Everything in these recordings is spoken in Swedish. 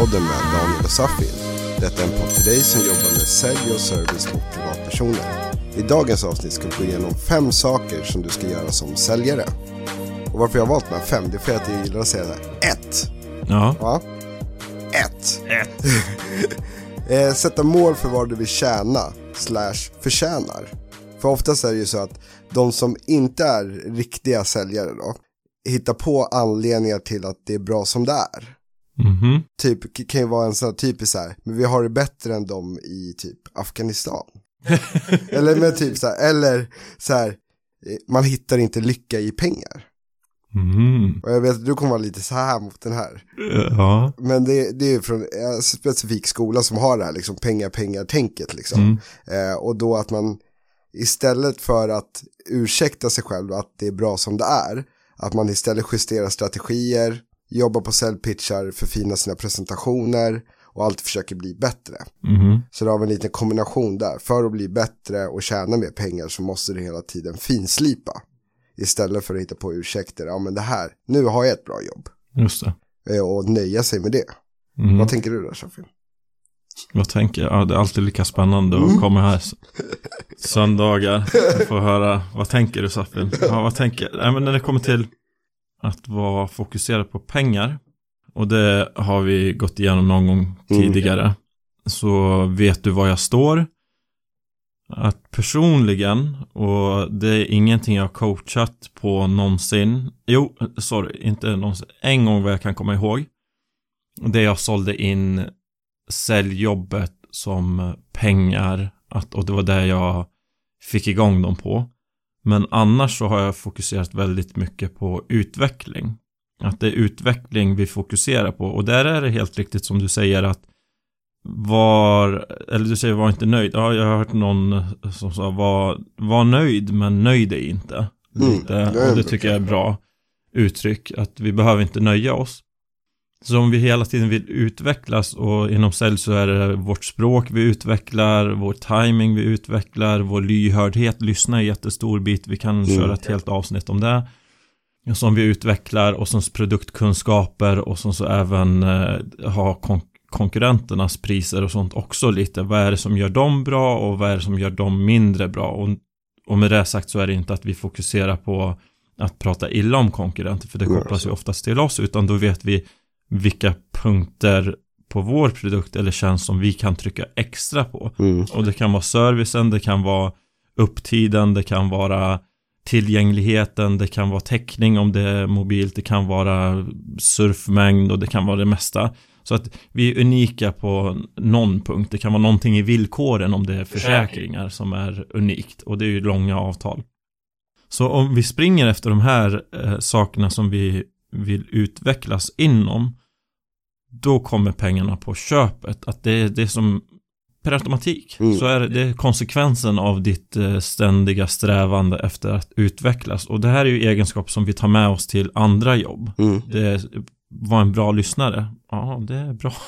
Säljpodden med Daniel och Safin. Detta är en podd för dig som jobbar med sälj och service mot privatpersoner. I dagens avsnitt ska vi gå igenom 5 saker som du ska göra som säljare. Och varför jag har valt med 5, det är för att jag gillar att säga 1. Ja. 1. Sätta mål för vad du vill tjäna / förtjänar. För oftast är det ju så att de som inte är riktiga säljare då hittar på anledningar till att det är bra som det är. Mm-hmm. Typ kan ju vara en sån här typisk så här, men vi har det bättre än dem i typ Afghanistan. Eller med typ så här, eller så här, man hittar inte lycka i pengar. Mm. Och jag vet att du kommer vara lite så här mot den här. Ja. Men det är ju från en specifik skola som har det här liksom pengar-tänket liksom. Och då att man istället för att ursäkta sig själv att det är bra som det är, att man istället justerar strategier, jobbar på säljpitchar, förfinar sina presentationer och allt försöker bli bättre. Så det har vi en liten kombination där. För att bli bättre och tjäna mer pengar så måste du hela tiden finslipa. Istället för att hitta på ursäkter. Ja men det här, nu har jag ett bra jobb. Just det. Och nöja sig med det. Vad tänker du där, Safin? Vad tänker jag? Ja, det är alltid lika spännande att komma här söndagar och få höra. Vad tänker du, Safin? Ja, vad tänker jag? Nej, men när det kommer till att vara fokuserad på pengar, och det har vi gått igenom någon gång tidigare, så vet du var jag står. Att personligen, och det är ingenting jag har coachat på någonsin. Inte någonsin. En gång vad jag kan komma ihåg. Det jag sålde in säljjobbet som pengar. Och det var det jag fick igång dem på. Men annars så har jag fokuserat väldigt mycket på utveckling. Att det är utveckling vi fokuserar på. Och där är det helt riktigt som du säger att var inte nöjd. Ja, jag har hört någon som sa var nöjd men nöjd dig inte. Och det tycker jag är bra uttryck. Att vi behöver inte nöja oss. Så om vi hela tiden vill utvecklas, och inom sälj så är det vårt språk vi utvecklar, vår timing vi utvecklar, vår lyhördhet, lyssna är en jättestor bit. Vi kan köra ett helt avsnitt om det. Som vi utvecklar, och som produktkunskaper, och som så även ha konkurrenternas priser och sånt också lite. Vad är det som gör dem bra och vad är det som gör dem mindre bra? Och med det sagt så är det inte att vi fokuserar på att prata illa om konkurrenter, för det kopplas ju oftast till oss, utan då vet vi vilka punkter på vår produkt eller tjänst som vi kan trycka extra på. Och det kan vara servicen, det kan vara upptiden, det kan vara tillgängligheten, det kan vara täckning om det är mobilt, det kan vara surfmängd och det kan vara det mesta. Så att vi är unika på någon punkt. Det kan vara någonting i villkoren om det är försäkringar som är unikt, och det är ju långa avtal. Så om vi springer efter de här sakerna som vi vill utvecklas inom, då kommer pengarna på köpet. Att det är som per automatik. Så är det konsekvensen av ditt ständiga strävande efter att utvecklas. Och det här är ju egenskap som vi tar med oss till andra jobb. Det var en bra lyssnare. Ja, det är bra.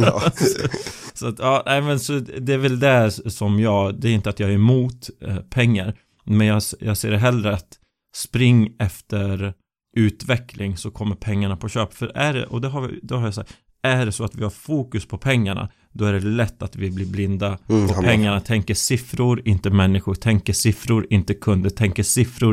Så att, ja, men så det är väl det som det är inte att jag är emot pengar, men jag ser det hellre att spring efter utveckling, så kommer pengarna på köp. För är det, och då har jag sagt, är det så att vi har fokus på pengarna, då är det lätt att vi blir blinda på pengarna. Tänker siffror, inte människor. Tänker siffror, inte kunder. Tänker siffror,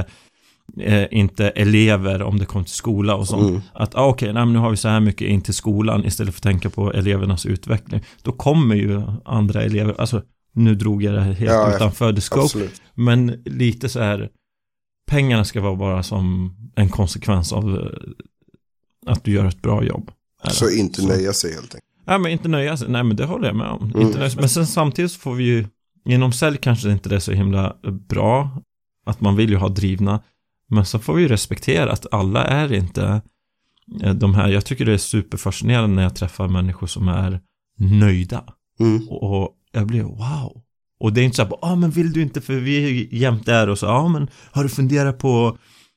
inte elever om det kommer till skola och sånt. Att nu har vi så här mycket in till skolan istället för att tänka på elevernas utveckling. Då kommer ju andra elever, alltså nu drog jag det helt utanför the scope. Absolut. Men lite så här, pengarna ska vara bara som en konsekvens av att du gör ett bra jobb. Så inte nöja sig helt enkelt. Ja, men inte nöja sig. Nej, men det håller jag med om. Inte nöja sig. Men sen samtidigt så får vi ju, inom sälj kanske inte det är så himla bra, att man vill ju ha drivna. Men så får vi ju respektera att alla är inte de här. Jag tycker det är superfascinerande när jag träffar människor som är nöjda. Och jag blir wow. Och det är inte så här, men vill du inte, för vi är jämt där, och så, men har du funderat på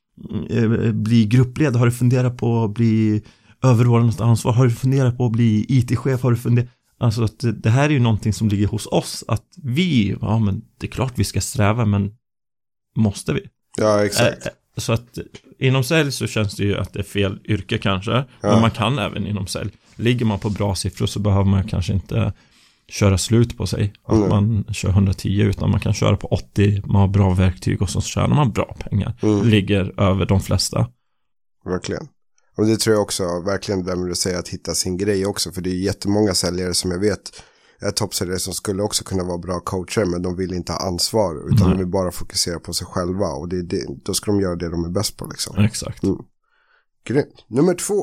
bli gruppledare? Har du funderat på att bli överordnat ansvar? Har du funderat på att bli IT-chef? Har du funderat? Alltså att det här är ju någonting som ligger hos oss, att vi, men det är klart vi ska sträva, men måste vi? Ja, exakt. Så att inom sälj så känns det ju att det är fel yrke kanske, men man kan även inom sälj. ligger man på bra siffror så behöver man kanske inte köra slut på sig. Att man kör 110 utan man kan köra på 80, man har bra verktyg och så tjänar man bra pengar. Ligger över de flesta. Verkligen. Och det tror jag också verkligen där med att säga att hitta sin grej också. För det är jättemånga säljare som jag vet är toppsäljare som skulle också kunna vara bra coacher, men de vill inte ha ansvar utan de vill bara fokusera på sig själva. Och då ska de göra det de är bäst på liksom. Exakt. Grymt. Nummer 2.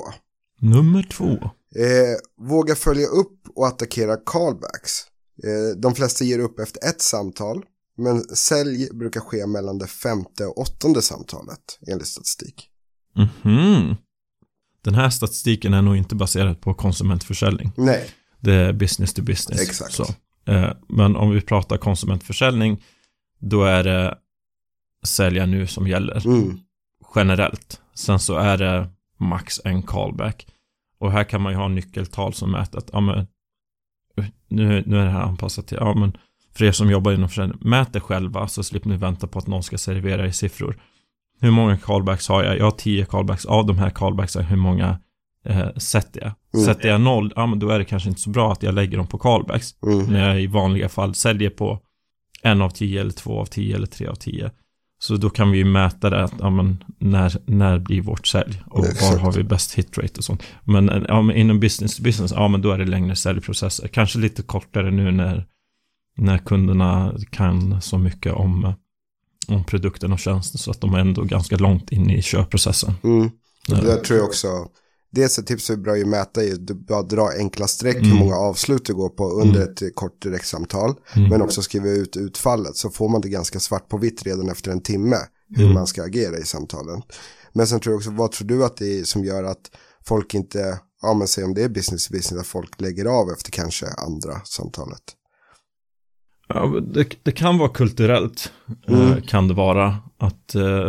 Våga följa upp och attackera callbacks. De flesta ger upp efter ett samtal, men sälj brukar ske mellan det 5:e och 8:e samtalet enligt statistik. Den här statistiken är nog inte baserad på konsumentförsäljning. Nej. Det är business to business. Exakt. Så. Men om vi pratar konsumentförsäljning, då är det sälja nu som gäller. Generellt. Sen så är det max en callback. Och här kan man ju ha nyckeltal som mäter att nu är det här anpassat till för er som jobbar inom försäljning, mät det själva så slipper ni vänta på att någon ska servera i siffror. Hur många callbacks har jag? Jag har 10 callbacks. Av de här callbacksen, hur många sätter jag? Sätter jag 0, då är det kanske inte så bra att jag lägger dem på callbacks. När jag i vanliga fall säljer på 1 av 10 eller 2 av 10 eller 3 av 10. Så då kan vi ju mäta det att när blir vårt sälj och var har vi bäst hit rate och sånt. Men inom business to business, då är det längre säljprocesser. Kanske lite kortare nu när kunderna kan så mycket om produkten och tjänsten så att de är ändå ganska långt in i köpprocessen. Det där tror jag också. Dels ett tips är bra att mäta är att bara dra enkla streck hur många avslut det går på under ett kort direktsamtal. Men också skriva ut utfallet så får man det ganska svart på vitt redan efter en timme hur man ska agera i samtalen. Men sen tror jag också, vad tror du att det är som gör att folk inte, men säg om det är business to business, att folk lägger av efter kanske andra samtalet? Ja, det kan vara kulturellt. Kan det vara att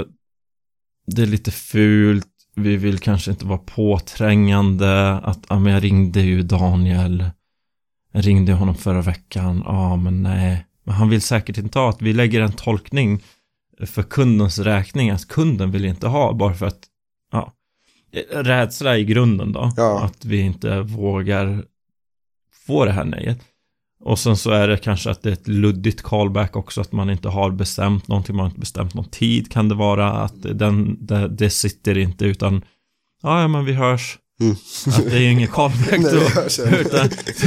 det är lite fult. Vi vill kanske inte vara påträngande. Att jag ringde ju Daniel. Jag ringde honom förra veckan. Men nej. Men han vill säkert inte ha att vi lägger en tolkning för kundens räkning. Att kunden vill inte ha. Bara för att rädsla i grunden då. Ja. Att vi inte vågar få det här nejet. Och sen så är det kanske att det är ett luddigt callback också. Att man inte har bestämt någonting. Man har inte bestämt någon tid kan det vara. Att det sitter inte utan men vi hörs. Att det är ju ingen callback då. Utan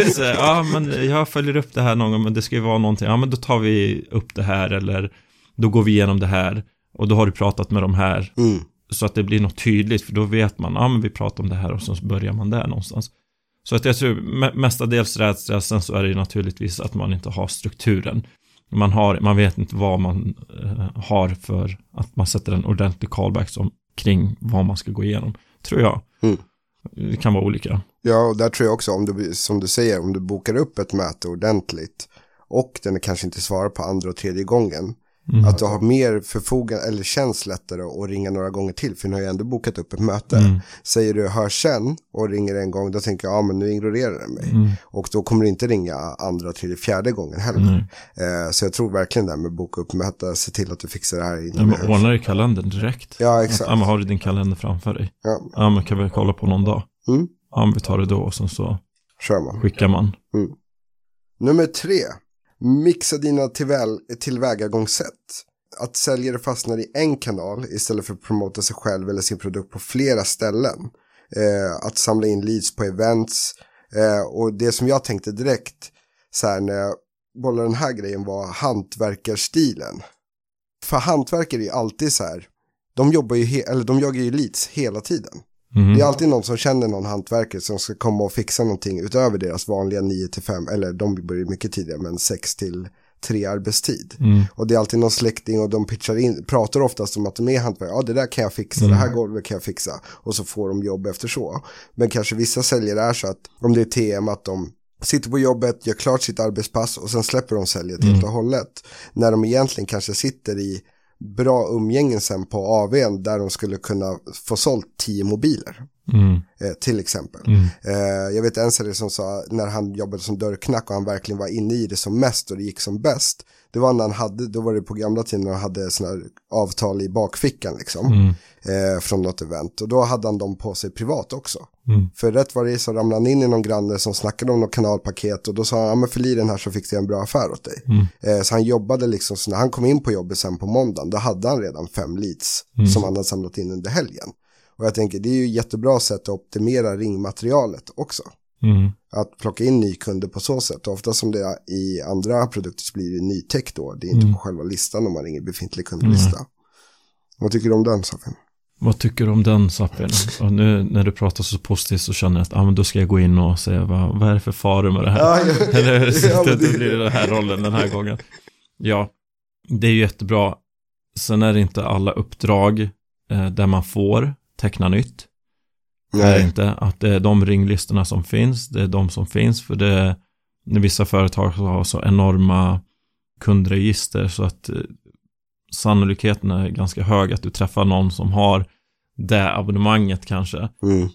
men jag följer upp det här någon gång. Men det ska ju vara någonting. Men då tar vi upp det här. Eller då går vi igenom det här. Och då har du pratat med de här. Så att det blir något tydligt. För då vet man. Men vi pratar om det här. Och så börjar man där någonstans. Så att jag tror mestadels rädsla, sen så är det ju naturligtvis att man inte har strukturen. Man vet inte vad man har för att man sätter en ordentlig callback kring vad man ska gå igenom. Tror jag. Det kan vara olika. Ja, och där tror jag också, som du säger, om du bokar upp ett möte ordentligt och den kanske inte svarar på andra och tredje gången. Att du har mer förfogande eller känns lättare att ringa några gånger till, för nu har jag ändå bokat upp ett möte. Säger du hör sen och ringer en gång, då tänker jag men nu ignorerar den mig. Och då kommer du inte ringa andra, tredje, fjärde gången heller. Så jag tror verkligen det med boka upp möte, se till att du fixar det här innan. Men ordnar i kalendern direkt. Ja, exakt. Men har du din kalender framför dig? Ja. Men kan vi kolla på någon dag? Ja, men vi tar det då och sen så skickar man. Nummer 3. Mixa dina tillvägagångssätt. Att säljare fastnar i en kanal istället för att promota sig själv eller sin produkt på flera ställen. Att samla in leads på events. Och det som jag tänkte direkt så här när jag bollade den här grejen var hantverkarstilen. För hantverkare är ju alltid så här. De jagar ju leads hela tiden. Det är alltid någon som känner någon hantverkare som ska komma och fixa någonting utöver deras vanliga 9-5, eller de börjar mycket tidigare, men 6-3 arbetstid. Och det är alltid någon släkting och de pratar oftast om att de är hantverkare. Det där kan jag fixa, det här golvet kan jag fixa. Och så får de jobb efter så. Men kanske vissa säljare är så att om det är TM att de sitter på jobbet, gör klart sitt arbetspass och sen släpper de säljet helt och hållet. När de egentligen kanske sitter i bra umgängen sen på AW:n där de skulle kunna få sålt 10 mobiler. Till exempel. Jag vet en säljare som sa när han jobbade som dörrknack och han verkligen var inne i det som mest och det gick som bäst. Det var när då var det på gamla tiden när han hade såna här avtal i bakfickan liksom. Från något event. Och då hade han dem på sig privat också. För rätt var det så ramlade han in i någon granne som snackade om något kanalpaket och då sa han, ja men fyll i den här så fixar jag en bra affär åt dig. Så han jobbade liksom, så när han kom in på jobbet sen på måndagen, då hade han redan 5 leads som han hade samlat in under helgen. Och jag tänker, det är ju jättebra sätt att optimera ringmaterialet också. Att plocka in ny kunder på så sätt. Och ofta som det är i andra produkter så blir det nytäck då. Det är inte på själva listan om man ringer befintlig kundlista. Vad tycker du om den, Safin? Vad tycker du om den, Safin? Och nu när du pratar så positivt så känner jag att men då ska jag gå in och säga vad är det för faror med det här? Eller det blir den här rollen den här gången. Ja, det är ju jättebra. Sen är det inte alla uppdrag där man får teckna nytt. Det är inte att det är de ringlistorna som finns, det är de som finns, för det när vissa företag har så enorma kundregister så att sannolikheten är ganska hög att du träffar någon som har det abonnemanget kanske.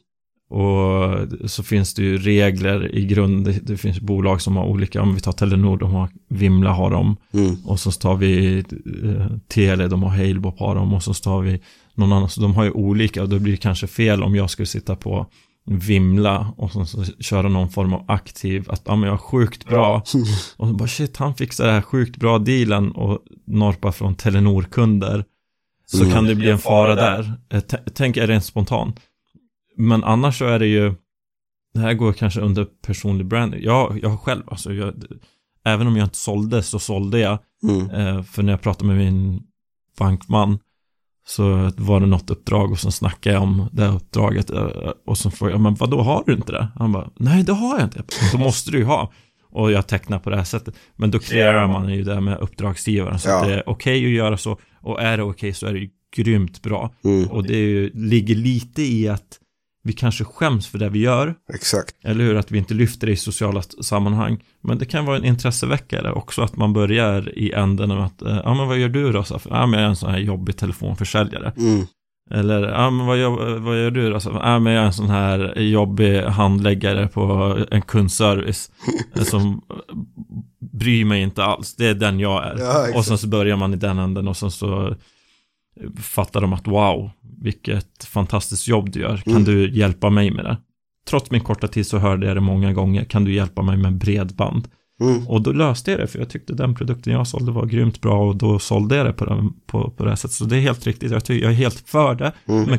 Och så finns det ju regler i grund. Det finns bolag som har olika, om vi tar Telenor, de har Vimla har dem. Och så tar vi Tele, de har Halebop har dem. Och så tar vi någon annan, så de har ju olika. Och då blir det kanske fel om jag skulle sitta på Vimla och så köra någon form av aktiv att men jag är sjukt bra. Och så bara shit, han fixar det här sjukt bra dealen och norpa från Telenor-kunder. Så kan det bli en fara där. Tänk är det en spontan. Men annars så är det ju, det här går kanske under personlig branding. Jag själv, alltså även om jag inte sålde så sålde jag. För när jag pratade med min bankman så var det något uppdrag och så snackade jag om det uppdraget och så frågade jag, men vadå, har du inte det? Han bara, nej det har jag inte. Så måste du ju ha. Och jag tecknar på det här sättet. Men då clearar man ju det med uppdragsgivaren så att det är okej att göra så. Och är det okej så är det ju grymt bra. Och det är ju, ligger lite i att vi kanske skäms för det vi gör. Exakt. Eller hur, att vi inte lyfter det i sociala sammanhang. Men det kan vara en intresseväckare också att man börjar i änden med att men vad gör du då? Men jag är en sån här jobbig telefonförsäljare. Eller men vad gör du då? Men jag är en sån här jobbig handläggare på en kundservice som bryr mig inte alls. Det är den jag är. Ja, och sen så börjar man i den änden och sen så fattar de att wow, vilket fantastiskt jobb du gör. Kan du hjälpa mig med det? Trots min korta tid så hörde jag det många gånger. Kan du hjälpa mig med bredband? Och då löste jag det, för jag tyckte den produkten jag sålde var grymt bra och då sålde jag det på det här sättet. Så det är helt riktigt. Jag är helt för det. Men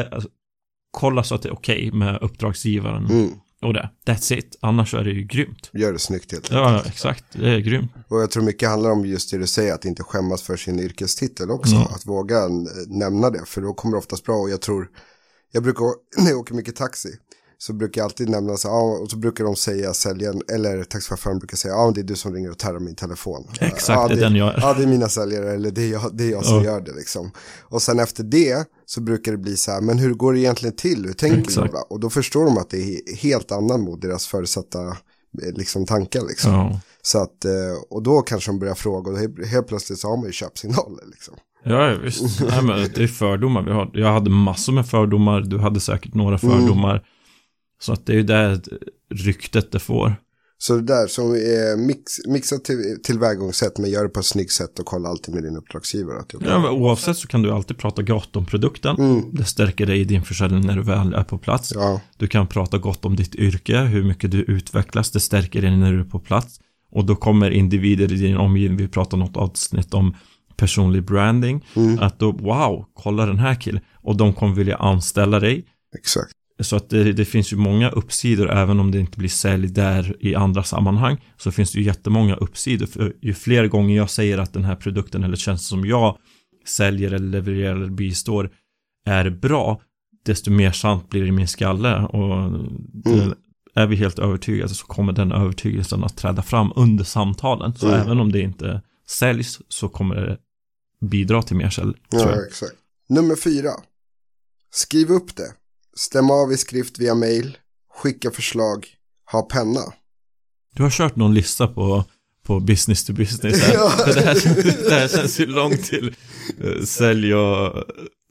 kolla så att det är okej med uppdragsgivaren. Och det. That's it. Annars är det ju grymt. Gör det snyggt helt. Ja, exakt. Det är grymt. Och jag tror mycket handlar om just det du säger, att inte skämmas för sin yrkestitel också. Att våga nämna det, för då kommer det oftast bra. Och jag brukar, när jag åker mycket taxi, så brukar jag alltid nämna så, och så brukar de säga, säljaren eller taxichauffören brukar säga, det är du som ringer och tarrar min telefon. Exakt, det är den jag är. Ja, det är mina säljare, eller det är jag som gör det liksom. Och sen efter det så brukar det bli så här, men hur går det egentligen till? Hur tänker du? Och då förstår de att det är helt annan mot deras förutsatta liksom tankar liksom. Så att, och då kanske de börjar fråga och helt plötsligt så har man ju köpsignaler liksom. Ja, visst. Nej, men det är fördomar vi har. Jag hade massor med fördomar, du hade säkert några fördomar. Så att det är ju det ryktet det får. Så det där som är mixat tillvägagångssätt, men gör det på ett snyggt sätt och kolla alltid med din uppdragsgivare. Ja, men oavsett så kan du alltid prata gott om produkten. Det stärker dig i din försäljning när du väl är på plats. Du kan prata gott om ditt yrke, hur mycket du utvecklas. Det stärker dig när du är på plats. Och då kommer individer i din omgivning, vi pratar något avsnitt om personlig branding. Att då, wow, kolla den här killen. Och de kommer vilja anställa dig. Exakt. Så att det finns ju många uppsidor, även om det inte blir sälj där i andra sammanhang, så finns det ju jättemånga uppsidor. För ju fler gånger jag säger att den här produkten eller tjänsten som jag säljer eller levererar eller bistår är bra, desto mer sant blir det i min skalle. Och är vi helt övertygade så kommer den övertygelsen att träda fram under samtalen. Så även om det inte säljs så kommer det bidra till mer sälj. Ja, exakt. Nummer 4. Skriv upp det. Stäm av i skrift via mail. Skicka förslag. Ha penna. Du har kört någon lista på business to business här. Ja. Det här känns ju långt till sälj och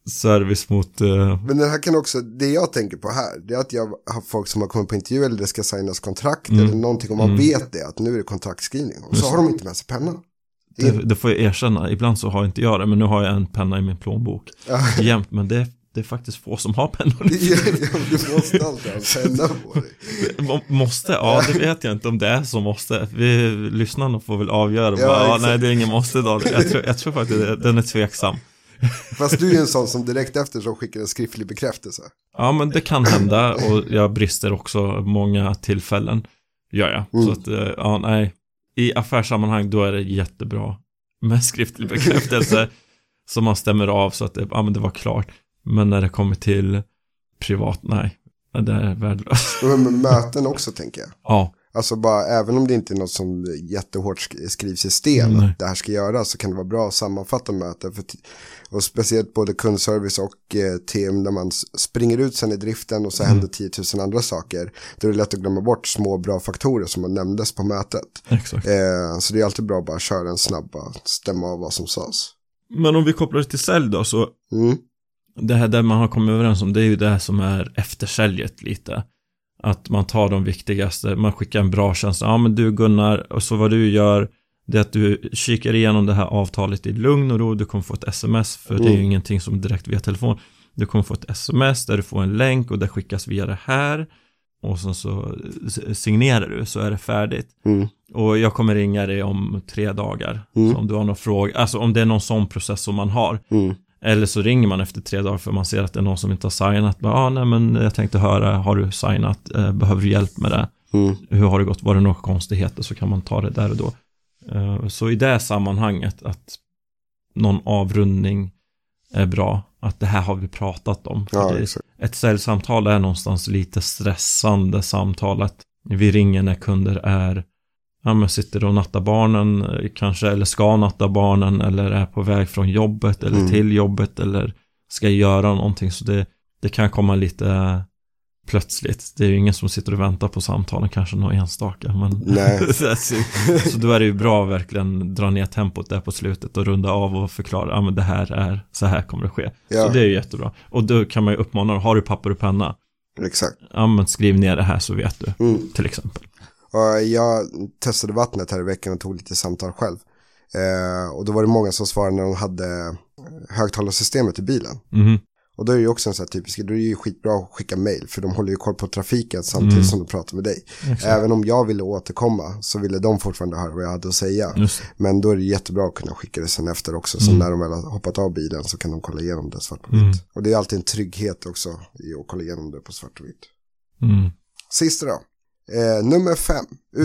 service mot... Men det här kan också, det jag tänker på här, det är att jag har folk som har kommit på intervju eller det ska signas kontrakt eller någonting och man vet det, att nu är det kontraktskrivning. Och så har de inte med sig penna. Det får jag erkänna, ibland så har inte jag det, men nu har jag en penna i min plånbok jämt, men det är faktiskt få som har pennor. Du måste alltid ha en penna på dig. Måste? Ja, det vet jag inte om det är som måste. Vi lyssnarna får väl avgöra. Nej, det är ingen måste då. Jag tror faktiskt den är tveksam. Fast du är en sån som direkt efter så skickar en skriftlig bekräftelse. Ja, men det kan hända och jag brister också många tillfällen. Så att, nej. I affärssammanhang då är det jättebra med skriftlig bekräftelse som man stämmer av så att men det var klart. Men när det kommer till privat, nej. Det är värdelöst. Men möten också, tänker jag. Ja. Alltså bara, även om det inte är något som jättehårt skrivs i sten att det här ska göras, så kan det vara bra att sammanfatta möten. Och speciellt både kundservice och team, när man springer ut sen i driften och så händer 10 000 andra saker. Då är det lätt att glömma bort små bra faktorer som man nämndes på mötet. Exakt. Så det är alltid bra att bara köra en snabba, stämma av vad som sades. Men om vi kopplar det till sälj då, så det här där man har kommit överens om, det är ju det här som är eftersäljet lite. Att man tar de viktigaste, man skickar en bra känsla. Ja, men du Gunnar, och så vad du gör, det är att du kikar igenom det här avtalet i lugn och ro. Du kommer få ett sms, för det är ju ingenting som direkt via telefon. Du kommer få ett sms där du får en länk och det skickas via det här. Och sen så signerar du, så är det färdigt. Och jag kommer ringa dig om 3 dagar. Så om du har någon fråga, alltså om det är någon sån process som man har. Eller så ringer man efter 3 dagar för man ser att det är någon som inte har signat. Nej, men jag tänkte höra, har du signat? Behöver du hjälp med det? Hur har det gått? Var det några konstigheter? Så kan man ta det där och då. Så i det sammanhanget att någon avrundning är bra. Att det här har vi pratat om. Ett säljsamtal är någonstans lite stressande samtalet. Vi ringer när kunder är... man sitter och nattar barnen kanske, eller ska natta barnen, eller är på väg från jobbet eller till jobbet, eller ska göra någonting, så det kan komma lite plötsligt. Det är ju ingen som sitter och väntar på samtalen, kanske någon enstaka, men nej. Så då är det ju bra att verkligen dra ner tempot där på slutet och runda av och förklara, men det här är, så här kommer det ske. Så det är ju jättebra. Och då kan man ju uppmana, har du papper och penna? Exakt. Men skriv ner det här så vet du, till exempel. Jag testade vattnet här i veckan och tog lite samtal själv. Och då var det många som svarade när de hade högtalarsystemet i bilen. Och då är det ju också en sån här typisk, då är det ju skitbra att skicka mejl, för de håller ju koll på trafiken samtidigt som de pratar med dig. Exakt. Även om jag ville återkomma så ville de fortfarande höra vad jag hade att säga. Men då är det jättebra att kunna skicka det sen efter också. Så när de väl har hoppat av bilen så kan de kolla igenom det svart på vitt. Och det är alltid en trygghet också i att kolla igenom det på svart och vitt. Sista då. Nummer 5.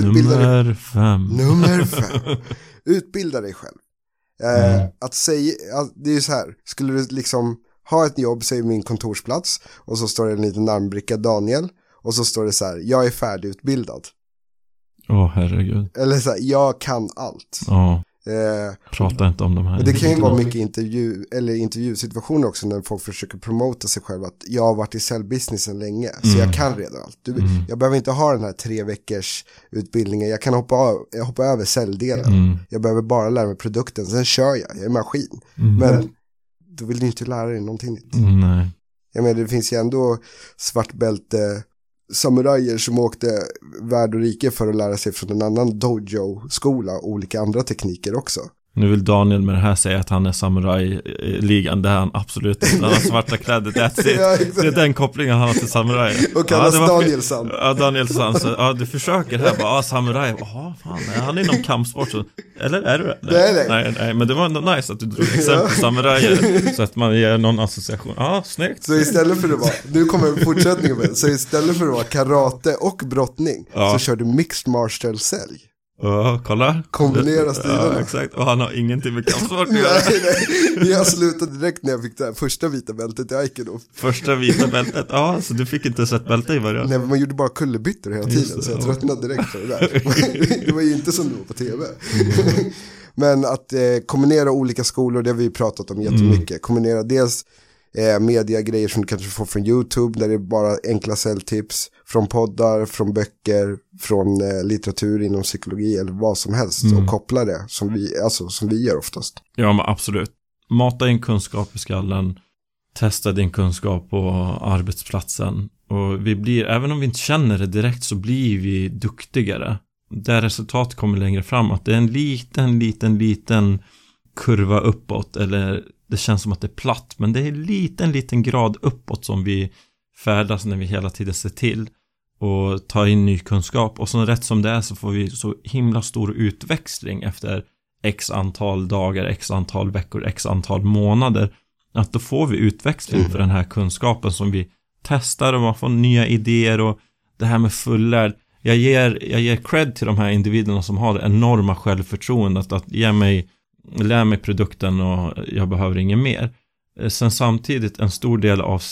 Nummer 5. Utbilda dig själv. Att säga, det är ju så här, skulle du liksom ha ett jobb, säg min kontorsplats, och så står det en liten namnbricka Daniel, och så står det så här, jag är färdigutbildad. Herregud. Eller så här, jag kan allt. Prata inte om de här. Det kan ju vara mycket intervjusituationer också, när folk försöker promota sig själva, att jag har varit i säljbusinessen länge, så jag kan redan allt. Jag behöver inte ha den här 3 veckors utbildningen, jag kan hoppa över säljdelen. Jag behöver bara lära mig produkten, sen kör jag är maskin. Men då vill du inte lära dig någonting nytt. Nej. Jag menar, det finns ju ändå svartbälte samurajer som åkte värld och rike för att lära sig från en annan dojo-skola och olika andra tekniker också. Nu vill Daniel med det här säga att han är samuraj-ligan. Det är han absolut inte. Han har svarta kläder, that's it. Det är den kopplingen han har till samuraj. Och kallas Danielsson. Ja, Danielsson. Så, du försöker här bara, samuraj. Fan, han är inom kampsport. Så, eller är du det? Nej, men det var ändå nice att du drog exempel samurajer. Så att man ger någon association. Snyggt. Så istället för att vara, nu kommer fortsättningen med, så istället för att vara karate och brottning, så kör du mixed martial sälj. Kolla. Kombinera stilarna. Exakt. Och han har ingenting med kampsport att göra. Nej. Jag slutade direkt när jag fick det här första vita bältet i Aikido. Första vita bältet? Så du fick inte sett bälte i början? Nej, man gjorde bara kullerbyttor hela tiden. Så jag tröttnade direkt på det där. Det var ju inte som det var på tv. Men att kombinera olika skolor, det har vi pratat om jättemycket. Kombinera dels mediagrejer som du kanske får från YouTube, där det är bara enkla säljtips, från poddar, från böcker, från litteratur inom psykologi eller vad som helst, och koppla det som vi gör oftast. Ja, men absolut. Mata in kunskap i skallen, testa din kunskap på arbetsplatsen. Och vi blir, även om vi inte känner det direkt, så blir vi duktigare. Där resultat kommer längre fram, att det är en liten kurva uppåt, eller det känns som att det är platt, men det är en liten grad uppåt som vi färdas när vi hela tiden ser till och tar in ny kunskap. Och så rätt som det är så får vi så himla stor utväxling efter x antal dagar, x antal veckor, x antal månader, att då får vi utväxling för den här kunskapen som vi testar, och man får nya idéer. Och det här med fullärd, jag ger cred till de här individerna som har det enorma självförtroendet att lär mig produkten och jag behöver inget mer. Sen samtidigt en stor del av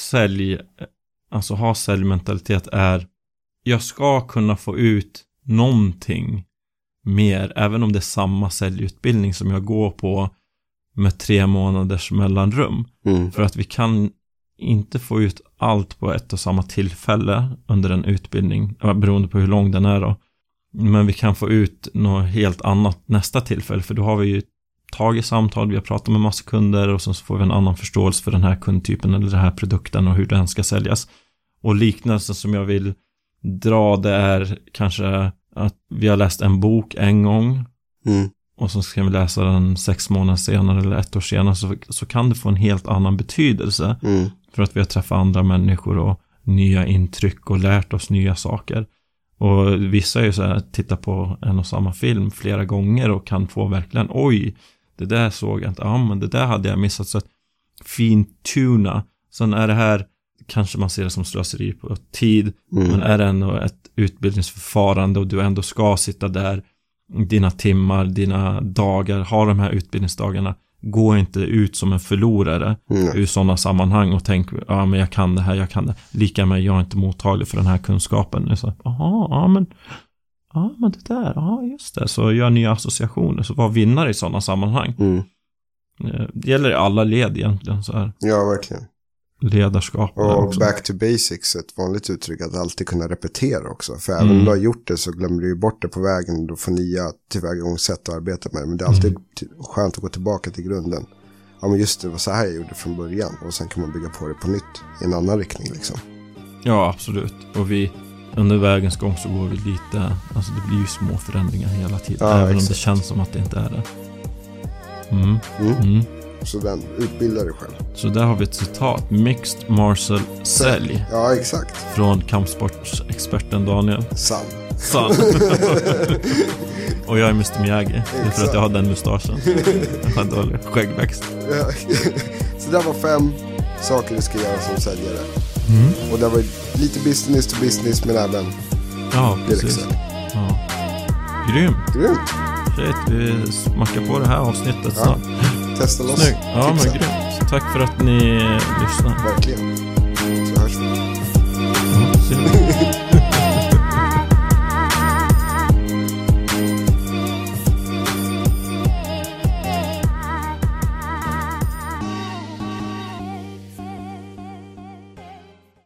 ha säljmentalitet är, jag ska kunna få ut någonting mer, även om det är samma säljutbildning som jag går på med 3 månaders mellanrum. För att vi kan inte få ut allt på ett och samma tillfälle under en utbildning, beroende på hur lång den är då. Men vi kan få ut något helt annat nästa tillfälle, för då har vi ju tagit samtal, vi har pratat med massa kunder, och sen så får vi en annan förståelse för den här kundtypen eller den här produkten och hur den ska säljas. Och liknelsen som jag vill dra, det är kanske att vi har läst en bok en gång och så ska vi läsa den 6 månader senare eller 1 år senare, så kan det få en helt annan betydelse för att vi har träffat andra människor och nya intryck och lärt oss nya saker. Och vissa är ju så här, tittar på en och samma film flera gånger och kan få verkligen, oj, det där såg jag inte, men det där hade jag missat, så att fintuna. Sen är det här, kanske man ser det som slöseri på tid, men är det ändå ett utbildningsförfarande och du ändå ska sitta där dina timmar, dina dagar, ha de här utbildningsdagarna, gå inte ut som en förlorare ur sådana sammanhang och tänk, men jag kan det här, lika med jag är inte mottaglig för den här kunskapen. Så, men det där, just det, så gör nya associationer, så var vinnare i sådana sammanhang. Det gäller i alla led egentligen så här. Ja, verkligen. Ledarskap. Och back to basics, ett vanligt uttryck, att alltid kunna repetera också. För även om du har gjort det så glömmer du ju bort det på vägen. Du får nya tillvägagångssätt att arbeta med det. Men det är alltid skönt att gå tillbaka till grunden. Ja, men just det var så här jag gjorde från början. Och sen kan man bygga på det på nytt i en annan riktning liksom. Ja, absolut. Och under vägens gång så går vi lite, alltså det blir ju små förändringar hela tiden. Ja, även om det känns som att det inte är det. Så den utbildar dig själv. Så där har vi ett citat. Mixed Martial Sälj. Ja, exakt. Från kampsportsexperten Daniel. Sann. Och jag är Mr. Miyagi. Det är för att jag har den mustaschen. Jag har dålig skäggväxt. Ja. Så det var 5 saker du ska göra som säljare. Och det var lite business to business, men även precis. Ja. Grymt. Shit, vi smackar på det här avsnittet snart. Testa loss. Snyggt. Ja, men grymt. Tack för att ni lyssnar. Verkligen. Så hörs vi. Ja,